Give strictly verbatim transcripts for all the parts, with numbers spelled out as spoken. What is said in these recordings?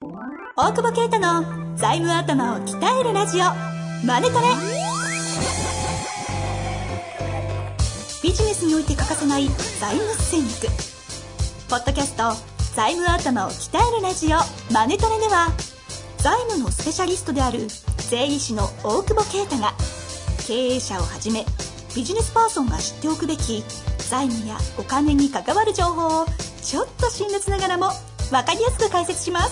大久保啓太の財務頭を鍛えるラジオマネトレ。ビジネスにおいて欠かせない財務戦略。ポッドキャスト財務頭を鍛えるラジオマネトレでは、財務のスペシャリストである税理士の大久保啓太が、経営者をはじめビジネスパーソンが知っておくべき財務やお金に関わる情報をちょっと辛辣ながらも分かりやすく解説します。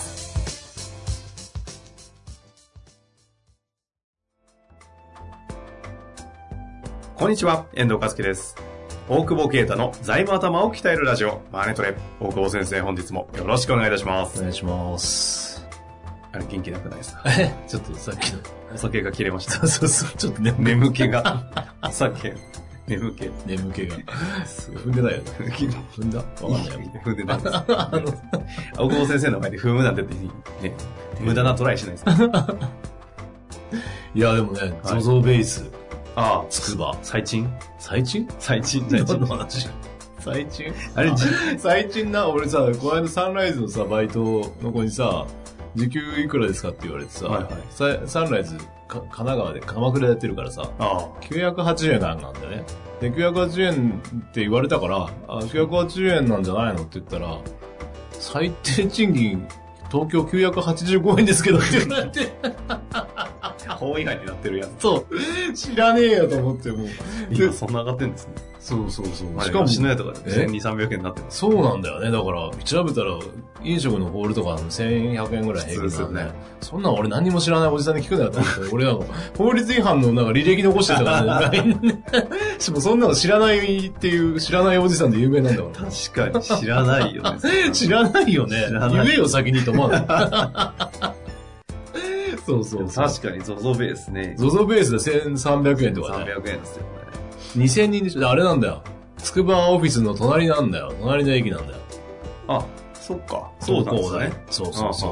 こんにちは、遠藤和樹です。大久保啓太の財務頭を鍛えるラジオマネトレ。大久保先生、本日もよろしくお願いいたします。 お願いします。 あれ、元気なくないですか？ えちょっとさっきのお酒が切れました。 そうそう、ちょっとね、 眠気がお酒眠気眠気が踏んでないよね。踏んだわかんないよ。 踏んでないです。あの大久保先生の前で踏むなんてね、無駄なトライしないですか？ いやでもね、ゾゾベース、 ああ、 つくば、 最賃最賃最賃最賃の話。最賃あれ、 最賃な、俺さ、この間サンライズのさ、バイトの子にさ、時給いくらですかって言われてさ、はいはい、サンライズか神奈川で鎌倉やってるからさ、ああきゅうひゃくはちじゅうえんなんだよね。で、きゅうひゃくはちじゅうえんって言われたから、あ、きゅうひゃくはちじゅうえんなんじゃないのって言ったら、最低賃金東京きゅうひゃくはちじゅうごえんですけどって言われて法違反になってるやつ。 そう知らねえよと思ってもう今そんな上がってんですね。 そうそうそう。 しかも吉野家とかでせんにひゃく、さんびゃくえんになってる。 そうなんだよね。だから調べたら飲食のホールとかせんひゃくえんぐらい平均なんで、ね、そんなん俺何も知らないおじさんに聞くなよと思って俺なんか法律違反のなんか履歴残してたからねしかもそんなの知らないっていう知らないおじさんで有名なんだから。 確かに知らないよね知らないよね。言えよ先にと思わないそうそうそう。 確かに ゾゾ ベースね。 ゾゾ ベースでせんさんびゃくえんとかね。 さんびゃくえんですよね。 にせんにんでしょ。あれなんだよ。つくばオフィスの隣なんだよ。隣の駅なんだよ。 あ、そっか。そうなんですね。 そうそうそう。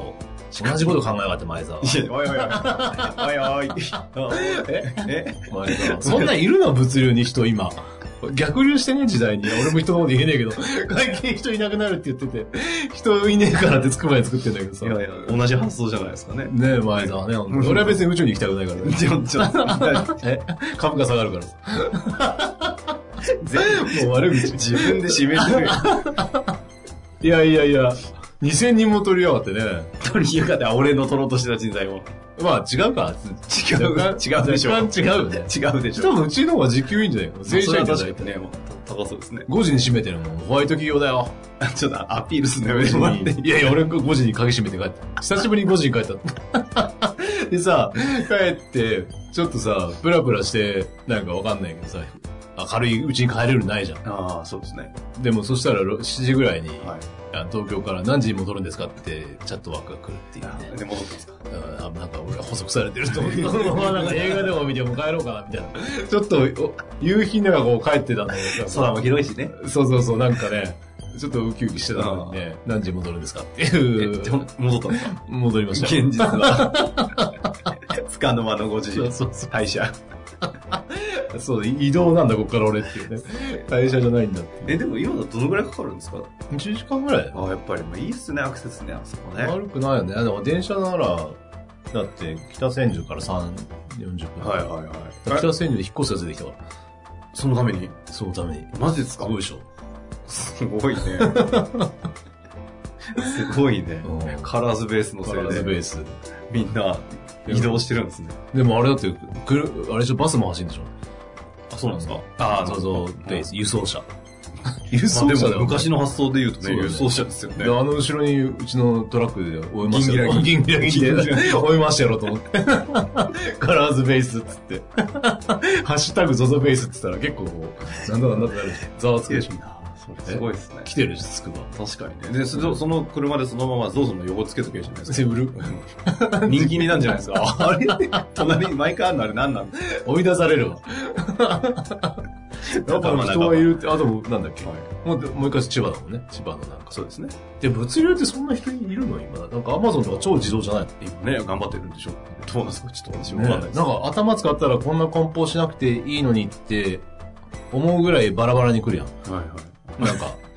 同じこと考えやがって前澤。 いや、おいおいおい。おいおい。 ええ前澤。そんなんいるの物流に人今。逆流してね時代に。俺も人のこと言えねえけど、最近人いなくなるって言ってて、人いねえからってつくばに作ってんだけどさ。いやいや、 同じ発想じゃないですかね。 ねえ、前澤ね。俺は別に宇宙に行きたくないからね。 ちょ、ちょ、 え株価下がるからさ。 全部もう悪口自分で締めてるよ。 いやいやいや、にせんにんも取りやがってね。 取りやがって、俺の取ろうとしてた人材も。 まあ違うか。 違う。違うでしょ。 若干違うよね。 違うでしょ。 多分うちの方が時給いいんじゃないか。 正社員じゃないとね、高そうですね。 ごじに閉めてるもん。ホワイト企業だよ。 ちょっとアピールすんのよ。 いやいや、俺ごじに鍵閉めて帰った。久しぶりにごじに帰った。でさ、帰って、ちょっとさ、プラプラして、なんかわかんないけどさ、明るいうちに帰れるないじゃん。 ああ、そうですね。 でもそしたらしちじぐらいに、はい、東京から何時に戻るんですかってチャットワークが来るっていうね。 で、戻ったんですか？ あなんか俺は補足されてると思って、なんか映画でも見ても帰ろうかなみたいな。ちょっと夕日の中こう帰ってたんだけど。 空も広いしね。 そうそうそう、なんかね、ちょっとウキウキしてたのにね、何時に戻るんですかっていう。 戻ったんですか？ 戻りました。 現実は。つかの間のごじ。 そうそうそう。 退社。 そう、移動なんだ、ここから俺っていうね。会社じゃないんだっていう。 え、でも今だとどのぐらいかかるんですか？ いちじかんぐらい。 ああ、やっぱり、まあ、いいっすね、アクセスね、あそこね。 悪くないよね。でも電車なら、だって北千住からさん、よんじゅっぷん。 はいはいはい。 北千住で引っ越すやつできたから。 そのために？ そのために。 マジですか？ すごいでしょ。 すごいね。すごいね。カラーズベースのせいで。カラーズベース。みんな移動してるんですね。 でもあれだって、くるあれでしょ、バスも走るんでしょ？ あ、そうなんですか？ ああ、そうそう、ベース、輸送車。 輸送車だよ。昔の発想で言うとね、輸送車ですよね。 で、あの後ろにうちのトラックで追いましたよ。ギンギラギンで追いましたやろうと思って。カラーズベースっつって。ハッシュタグゾゾベースっつったら結構、なんだなんだってなる。ざわつくでしょ。 すごいですね。 来てるし、つくば。 確かにね。で、その車でそのままゾゾの横つけとけばいいじゃないですか。 売る人気になんじゃないですか。あれ隣に毎回あるのあれ何なんですか？ 追い出されるわ。やっぱ人はいるって、あとなんだっけ、はい、もう、もう一回千葉だもんね。千葉のなんか。 そうですね。 で、物流ってそんな人いるの今。なんかアマゾンとか超自動じゃないの今ね、頑張ってるんでしょう。どうなんですかちょっと私もわかんないです、 ね。なんか頭使ったらこんな梱包しなくていいのにって思うぐらいバラバラに来るやん。 はいはい。 なんか、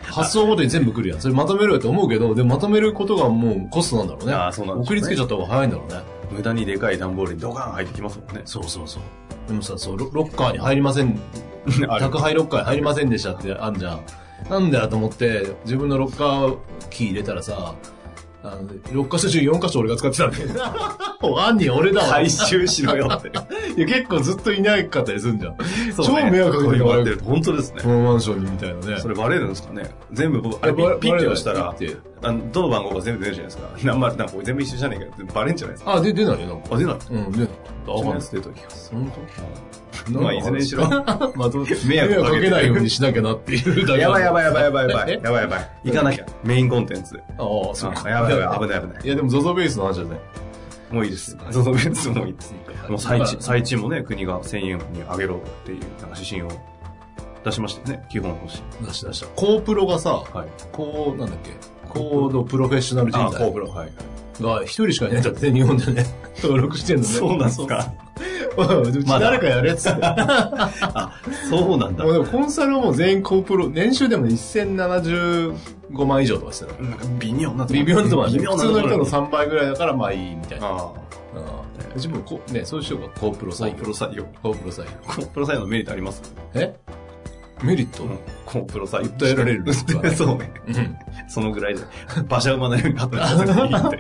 発送ごとに全部来るやん。それまとめるよと思うけど、でもまとめることがもうコストなんだろうね。 ああ、そうなんですね。 送りつけちゃった方が早いんだろうね。 無駄にでかい段ボールにドカン入ってきますもんね。 そうそうそう。でもさ、そう、ロッカーに入りません、宅配ロッカーに入りませんでしたってあんじゃん。なんだよと思って、自分のロッカーキー入れたらさ、あの、ろっかしょ中よんかしょ俺が使ってたんだけど。犯人俺だわ。 回収しろよって。 いや、結構ずっといなかったりするんじゃん。 そう超迷惑かけてもらってる。 本当ですね。 このマンションにみたいなね。 それバレるんですかね。全部、あれピッピッて押したら、あの、どの番号が全部出るじゃないですか。なんま、なんか全部一緒じゃねえかよ。バレんじゃないですか。 あ、で、出ないよ、なんか。 あ、出ない。 うん、出ない。 あ、このやつ出た気がする。 本当？ まあ、いずれにしろ。 まあ、迷惑かけないようにしなきゃなっていうだけ。 やばいやばいやばいやばいやばい。やばいやばい。行かなきゃ。メインコンテンツ。 ああ、そうか。 やばいやばい、危ない危ない。 いや、でも ゾゾ ベースの話じゃない。 もういいです。ゾゾベースもいいです。もう最賃、最賃もね、国がせんえんに上げろっていう、なんか指針を出しましたよね、基本方針。 出し出した。コープロがさ、はい、こう、なんだっけ、コードプロフェッショナル人材。 あ、コープロ、はい。 が一人しかいないんだってね、日本でね。登録してんのね。 そうなんですか。 うち誰かやるやつって。 あ、そうなんだ。 もうでもコンサルはもう全員コープロ、年収でもせんななじゅうごまん以上とかしてた。 微妙なとこ微妙なところ。 微妙なところ。 普通の人のさんばいぐらいだからまあいいみたいな。ああ。うちもこ、ね、そうしようか。コープロ採用。 コープロ採用。 コープロ採用。 コープロ採用のメリットあります？ えメリット、うん、 コープロ採用。 訴えられる。 そうね。うん。そのぐらいで、馬車馬のように働かせていいって。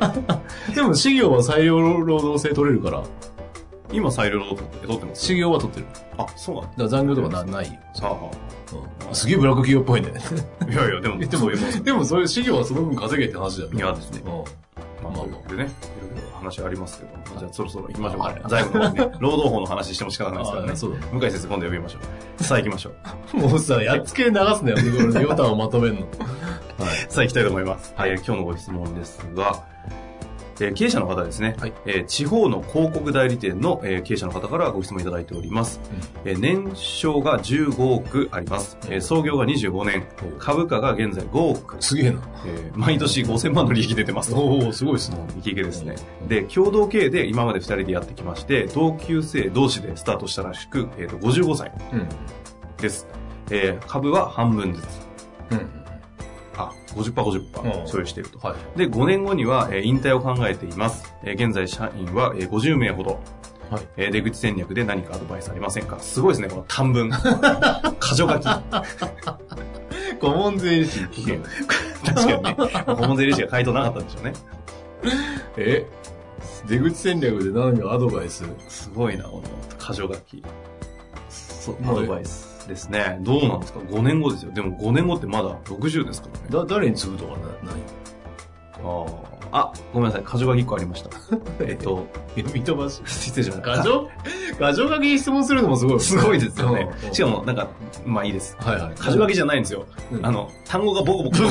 でも、事業は裁量労働制取れるから。 今、裁量労働取ってます？ 事業は取ってる。 あ、そうなんだ。 だから残業とかな、ないよ。 ああ。 うん、すげえブラック企業っぽいね。 いやいや、でも、 でも、でもそういう事業はその分稼げって話だよね。 いやですね。うん。まあ、まあ、でね、いろいろ話ありますけど、じゃあそろそろ行きましょうか。財務のね、労働法の話しても仕方ないですからね。そうだね。向井先生今度呼びましょう。さあ行きましょう。もうさ、やっつけ流すねよ、ヨタをまとめんの。はい。 さあ行きたいと思います。はい、今日のご質問ですが、えー、経営者の方ですね、はいえー、地方の広告代理店の、えー、経営者の方からご質問いただいております、うんえー、年商がじゅうごおくあります、うんえー、創業がにじゅうごねん、うん、株価が現在ごおくすげえな、 えー、毎年ごせんまんの利益出てますおおすごいですねイケイケですね、うん、で共同経営で今までふたりでやってきまして同級生同士でスタートしたらしく、えー、とごじゅうごさいです、うんえー、株は半分ずつ、うんあ、ごじゅっパーセント、ごじゅっパーセント 所有していると、はい。で、ごねんごには、えー、引退を考えています。えー、現在社員は、えー、ごじゅうめいほど。はい。えー、出口戦略で何かアドバイスありませんか？すごいですね、この短文。箇条書き。 顧問税理士。 確かにね。顧問税理士が回答なかったんでしょうね。 え出口戦略で何かアドバイス？ すごいな、この箇条書き。そう、アドバイス。ですね。どうなんですか？ごねんごですよ。でもごねんごってまだろくじゅうですからね。 だ、誰に継ぐとかな、ない？ ああ。あ、ごめんなさい。箇条書きいっこありました。えっと、 読み飛ばし。 失礼しました。 箇条箇条書きに質問するのもすごい。 すごいですよね。しかも、なんか、まあいいです。はいはい。箇条書きじゃないんですよ。うん、あの、単語がボコボコ。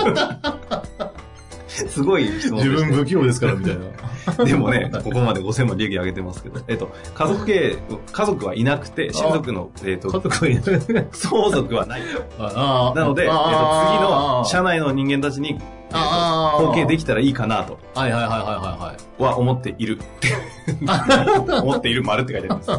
すごい質問自分不器用ですからみたいな。でもね、ここまでごせんまん利益上げてますけど。えっと、家族経営、家族はいなくて、親族の、えっと、 家族はいなくて、 相続はない。なので、えっと、次の社内の人間たちに、後継できたらいいかなと。 はいはいはいはいはい。 は思っている。思っている丸って書いてあります。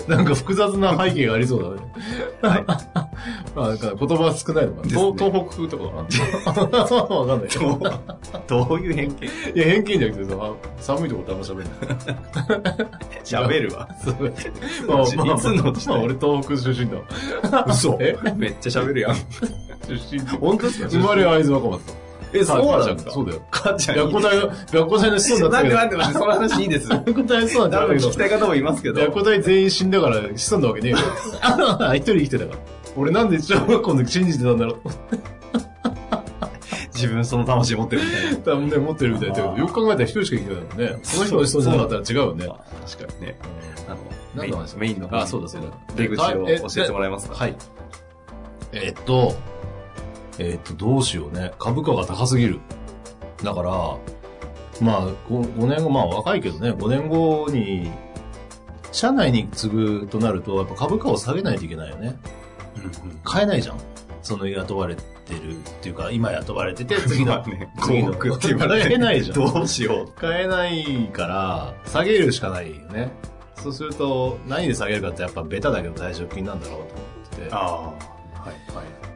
なんか複雑な背景がありそうだね。はい。まあなんか言葉少ないのかな。東北風とかかな。わかんないけど。 どういう偏見？ いや偏見じゃなくてさ、寒いとこってあんま喋るない。 喋るわ。そう。 まあ、いつのまあ俺東北出身だ。 嘘。えめっちゃ喋るやん。 出身。 本当ですか？ 生まれは会津若松だ。 え、そうなんだ。 そうだよ。 母ちゃん。 白虎隊の、白虎隊の子孫だったけど。 なんでなんで、その話いいです。 白虎隊の子孫だったけど。 聞きたい方もいますけど。 白虎隊全員死んだから子孫なわけねえよ。一人生きてたから。俺なんで小学校の時信じてたんだろう。 自分その魂持ってるみたいな。 多分ね、持ってるみたいだけど、よく考えたら一人しか生きてないもんね。その人の子孫じゃなかったら違うよね。 確かにね。 あの、何の話？ メインの話。 あ、そうだそうだ。 出口を教えてもらえますか？ はい。えっと、えっと、どうしようね。株価が高すぎる。だから、まあご、ごねんご、まあ若いけどね、ごねんごに、社内に継ぐとなると、やっぱ株価を下げないといけないよね。うんうん、買えないじゃん。その雇われてるっていうか、今雇われてて、次の、 ね、次のって言われて。 買えないじゃん。 どうしよう。 買えないから、下げるしかないよね。そうすると、何で下げるかってやっぱベタだけど退職金なんだろうと思ってて。 ああ。はい、はい。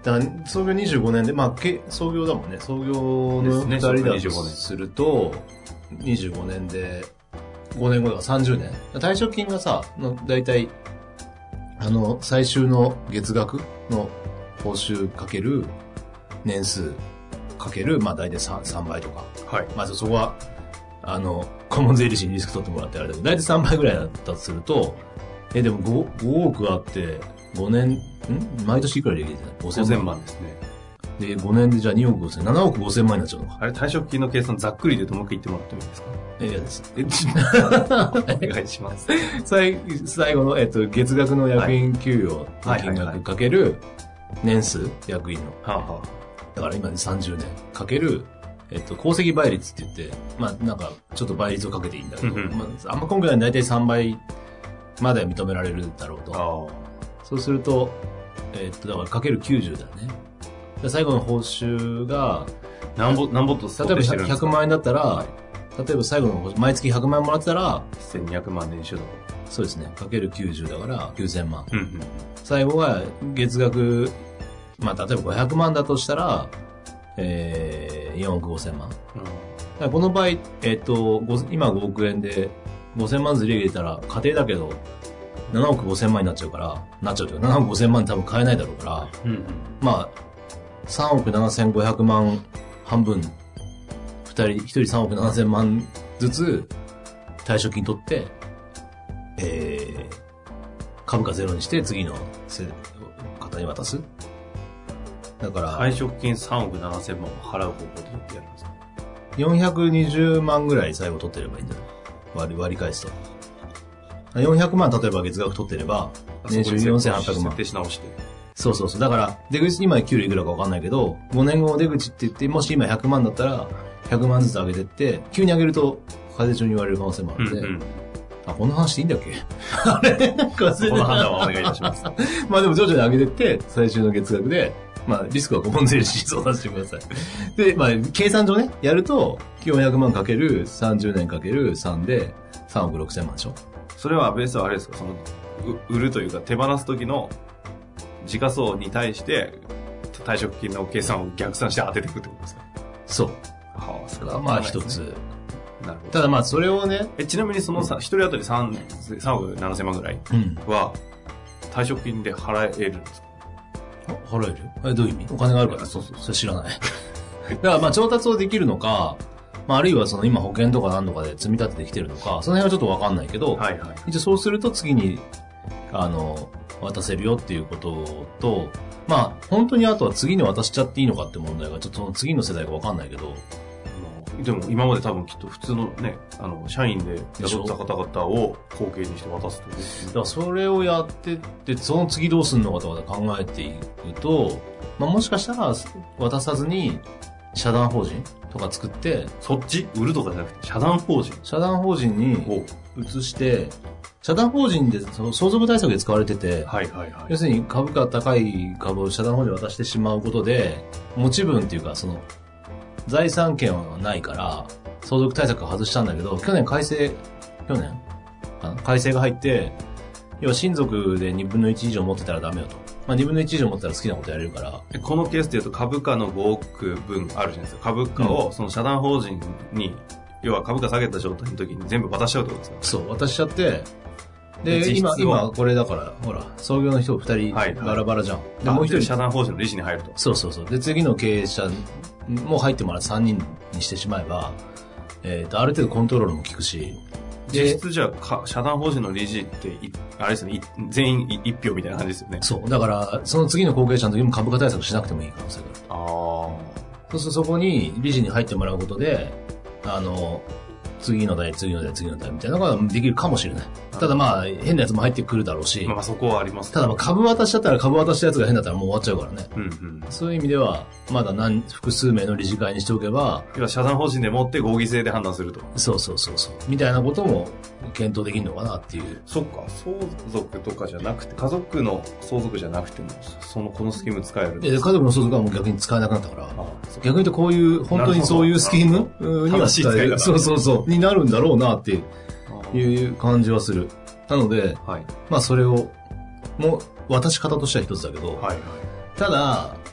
だから創業にじゅうごねんで、まあ、け創業だもんね。創業のふたりだとすると、にじゅうごねんで、ごねんごだからさんじゅうねん。退職金がさ、のだいたい、あの、最終の月額の報酬かける年数かける、まあ大体 3, さんばいとか。はい。まずそこは、あの、顧問税理士にリスク取ってもらってあれだけど、大体さんばいぐらいだったとすると、え、でも 5, ごおくあって、ごねん、ん毎年いくらできるんですか？ ごせんまんですね。 で、ごねんでじゃあにおくごせん、ななおくごせんまんになっちゃうのか。 あれ、退職金の計算ざっくりでどのく言ってもらってもいいですか？ え、嫌です。 お願いします。 最最後の、えっと、月額の役員給与の金額かける年数、役員の。はあはあ、だから今でさんじゅうねんかける、えっと、功績倍率って言って、まあなんかちょっと倍率をかけていいんだけど、まあ、あんま今回は大体さんばいまでは認められるだろうと。そうすると、えっと、だからかけるきゅうじゅうだね。で最後の報酬が、 何ぼ、何ぼと想定してるんですか？ 例えばひゃくまんえんだったら、はい、例えば最後の毎月ひゃくまん円もらってたら、 せんにひゃくまん年収だと。 そうですね。かけるきゅうじゅうだからきゅうせんまん。うんうん、最後は月額、まあ例えばごひゃくまんだとしたら、えー、よんおくごせんまん。うん、この場合、えっと、今ごおくえんでごせんまんずり入れたら家庭だけど、ななおくごせんまんになっちゃうから、なっちゃうというか、ななおくごせんまん多分買えないだろうから、うんうん、まあ、さんおくななせんごひゃくまん半分、二人、一人さんおくななせんまんずつ退職金取って、えー、株価ゼロにして次の方に渡す。だから、 退職金さんおくななせんまんを払う方向で取ってやるんですか？ よんひゃくにじゅうまんぐらい最後取ってればいいんだよ。割り、割り返すと。よんひゃくまん例えば月額取ってれば、年収よんせんはっぴゃくまん。 設定し直して。 そうそうそう。だから、出口、今給料いくらかわかんないけど、ごねんご出口って言って、もし今ひゃくまんだったら、ひゃくまんずつ上げてって、急に上げると、風中に言われる可能性もあるんで、うんうん、あ、この話でいいんだっけあれなんか忘れてた。 この判断はお願いいたします。 まあでも徐々に上げてって、最終の月額で、まあリスクは顧問税理士に相談してください。で、まあ計算上ね、やると、よんひゃくまんかけるさんじゅうねんかけるさんで、さんおくろくせんまんでしょ。 それはベースはあれですか、その、売るというか手放す時の時価総に対して退職金の計算を逆算して当てていくってことですか？ そう。 はあ、 それはまあ一つ。なるほど。 ただまあそれをね。 え、ちなみにそのさ、一、うん、人当たりさんおくななせんまんぐらいは退職金で払えるんですか？ 払える？え、どういう意味？お金があるから。そうそう。それ知らない。だからまあ調達をできるのか、まあ、あるいはその今保険とか何とかで積み立ててきてるのか、その辺はちょっとわかんないけど、はいはい、一応そうすると次に、あの、渡せるよっていうことと、まあ、本当にあとは次に渡しちゃっていいのかって問題が、ちょっとその次の世代がわかんないけど、 でも今まで多分きっと普通のね、あの、社員で雇った方々を後継にして渡すという。 だからそれをやってって、その次どうすんのかとか考えていくと、まあもしかしたら渡さずに、社団法人とか作って、 そっち売るとかじゃなくて、社団法人社団法人に移して、社団法人でその相続対策で使われてて、はいはいはい、要するに株価高い株を社団法人に渡してしまうことで、持ち分っていうか、その、財産権はないから、相続対策を外したんだけど、去年改正、去年かな改正が入って、要は親族でにぶんのいち以上持ってたらダメよと。まあにぶんのいち以上持ったら好きなことやれるから。 このケースで言うと株価のごおくぶんあるじゃないですか。株価をその社団法人に、うん、要は株価下げた状態の時に全部渡しちゃうってことですか？ そう、渡しちゃって、で、今、今これだから、ほら、創業の人ふたりバラバラじゃん。はいはい、 で、もう一人社団法人の理事に入ると。 そうそうそう。で、次の経営者も入ってもらってさんにんにしてしまえば、えっと、ある程度コントロールも効くし、 実質じゃあ、社団法人の理事って、あれですね、全員一票みたいな感じですよね。 そう。だから、その次の後継者の時も株価対策しなくてもいい可能性がある。ああ。そうするとそこに理事に入ってもらうことで、あの、次の代、次の代、次の代みたいなのができるかもしれない。ただまあ、変なやつも入ってくるだろうし。 まあそこはあります、ね。 ただまあ株渡しちゃったら株渡したやつが変だったらもう終わっちゃうからね。うんうん、そういう意味では、まだ何、複数名の理事会にしておけば。 要は社団法人でもって合議制で判断すると。 そうそうそうそう。みたいなことも検討できるのかなっていう。 そっか、相続とかじゃなくて、家族の相続じゃなくても、その、このスキーム使えるんですか？ 家族の相続はもう逆に使えなくなったから。ああ逆に言うとこういう、本当にそういうスキームには使える。そうそうそう。になるんだろうなっていう感じはする。なので、はい、まあそれを、もう渡し方としては一つだけど、はいはい、ただ、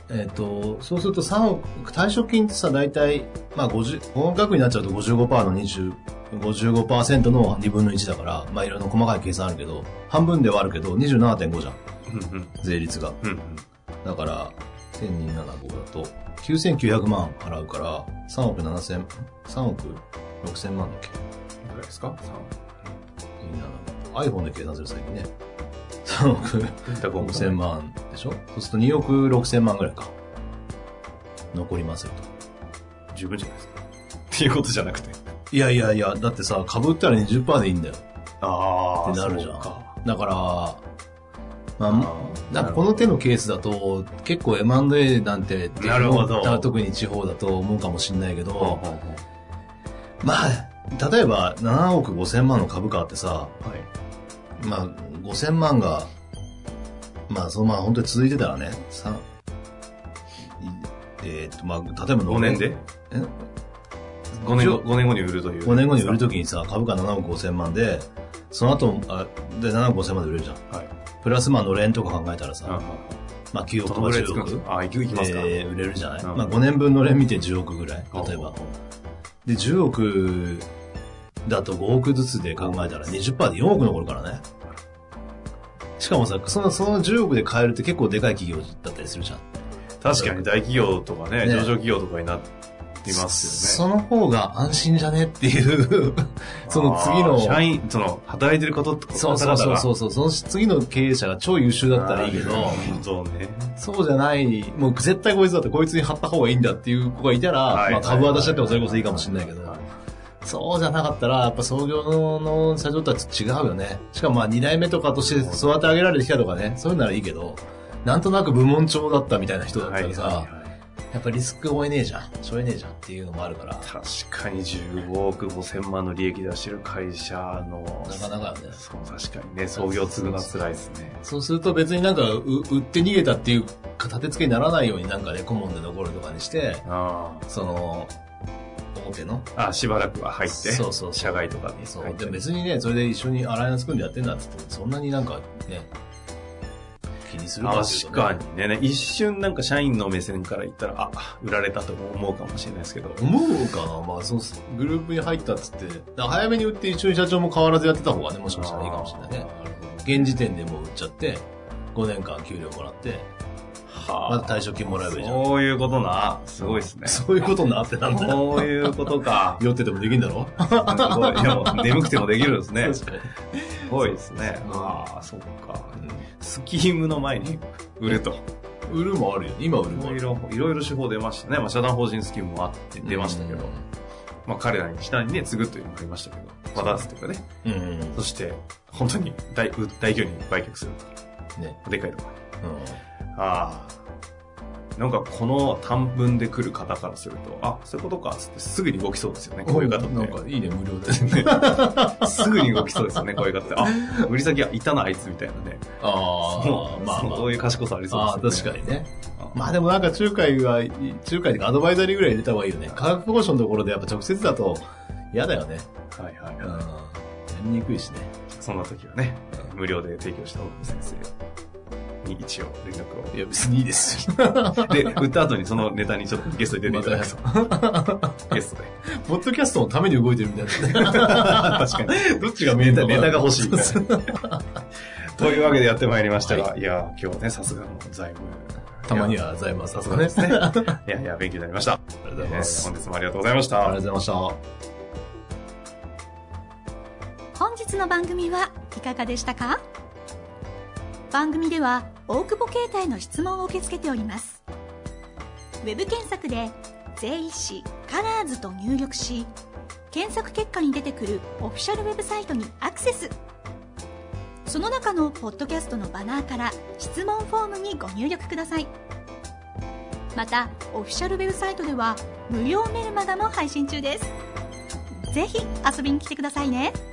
えっ、ー、と、そうするとさんおく、退職金ってさ、大体、まあごじゅう、本額になっちゃうと ごじゅうごパーセント のにじゅう、ごじゅうごパーセント のにぶんのいちだから、まあいろいろ細かい計算あるけど、半分ではあるけど にじゅうななてんご じゃん。うんうん、税率が。うんうん、だから、せんにひゃくななじゅうごだと、きゅうせんきゅうひゃくまん払うから、さんおくななせん、さんおくろくせんまんだっけ？ どれぐらいですか？ さんおく。iPhone で計算する最近ね。さんおくろくせんまんでしょ？そうするとにおくろくせんまんぐらいか。残りますよと。十分じゃないですか。っていうことじゃなくて。 いやいやいや、だってさ、株売ったら にじゅっパーセント でいいんだよ。 ああ。 ってなるじゃん。だから、まあ、なんかこの手のケースだと、結構 エムアンドエー なんて、 なるほど。 特に地方だと思うかもしれないけど、まあ、例えばななおくごせんまんの株価あってさ、はい、まあ、ごせんまんが、まあ、そのまま本当に続いてたらね、さえっ、ー、と、まあ、例えばごねんでえごねんご、ごねんごに売るという。 ごねんごに売るときにさ、株価ななおくごせんまんで、その後、あで、ななおくごせんまんで売れるじゃん。はい。プラスまあのれんとか考えたらさ、あまあきゅうおくとかじゅうおく。 あ、いきますか。 で、売れるじゃない、まあごねんぶんのれん見てじゅうおくぐらい、例えば。で、じゅうおくだとごおくずつで考えたら にじゅっパーセント でよんおく残るからね。しかもさ、その、そのじゅうおくで買えるって結構でかい企業だったりするじゃん。 確かに大企業とかね、ね上場企業とかになっていますよね。その方が安心じゃねっていうその次の。 社員、その、働いてることってことそうそうそうそうそう。その次の経営者が超優秀だったらいいけど、 そうね。 そうじゃない、もう絶対こいつだってこいつに貼った方がいいんだっていう子がいたら、はい、まあ株渡しだってもそれこそいいかもしれないけど、はい、そうじゃなかったら、やっぱ創業 の, の社長たち違うよね。しかもまあに代目とかとして育て上げられてきたとかね、そういうならいいけど、なんとなく部門長だったみたいな人だったらさ、はいはいはい、やっぱリスク負えねえじゃん、しょえねえじゃんっていうのもあるから。 確かにじゅうごおくごせんまんの利益出してる会社の。 なかなかね。 そう、確かにね、創業継ぐのは辛いですね。 そうすると別になんか、売って逃げたっていう立て付けにならないようになんかね、顧問で残るとかにして、あその、表の。 あ、しばらくは入って。 そうそうそう。 社外とかに。 そう。で別にね、それで一緒に洗いのつくんでやってんだって言って、そんなになんかね、気にするかっていうと、 ね、確かにね、一瞬なんか社員の目線から言ったら、あ、売られたと思うかもしれないですけど。 思うかな。まあ、そのグループに入ったっつって、早めに売って一緒に社長も変わらずやってた方がね、もしかしたらいいかもしれないね。現時点でもう売っちゃって、ごねんかん給料もらって、はあ、まず退職金もらえばいいじゃん。 そういうことな。すごいですね。 そういうことなってなんだよ。 そういうことか。 酔っててもできるんだろすごい。でも眠くてもできるんですね。確かに。すごいですね。ああ、そっか、うん。スキームの前に売ると。 売るもあるよ。今売るもある。 いろいろいろ手法出ましたね。まあ、社団法人スキームもあって出ましたけど。まあ、彼らに下にね、継ぐというのもありましたけど。渡すというかね。うんうん、そして、本当に大、大規模に売却すると。ね。でかいところに。うん、ああ。なんかこの短文で来る方からすると、あ、そういうことかつってすぐに動きそうですよね、こういう方って。 なんかいいね、無料ですね。 すぐに動きそうですよね、こういう方って。あ、売り先はいたな、あいつみたいなね。ああ、まあ、まあ、そういう賢さありそうですね。ああ、確かにね。まあでもなんか仲介は、仲介とかアドバイザリーぐらい入れた方がいいよね。価格交渉のところでやっぱ直接だと嫌だよね。はいはいはい。やりにくいしね。 そんな時はね、無料で提供した大久保先生に一応連絡を。 いや別にいいですよ。 で、売った後にそのネタにちょっとゲストに出ていただくと。ゲストで。 ポッドキャストのために動いてるみたいな。確かに。どっちが見えたネタが欲しいみたいな。というわけでやってまいりましたが、はい、いや、今日ね、さすがの財務。 たまには財務はさすがですね。 いやいや、勉強になりました。ありがとうございます。 本日もありがとうございました。 ありがとうございました。 本日の番組はいかがでしたか？番組では大久保携帯の質問を受け付けております。ウェブ検索で税理士カラーズと入力し、検索結果に出てくるオフィシャルウェブサイトにアクセス。その中のポッドキャストのバナーから質問フォームにご入力ください。またオフィシャルウェブサイトでは無料メルマガも配信中です。ぜひ遊びに来てくださいね。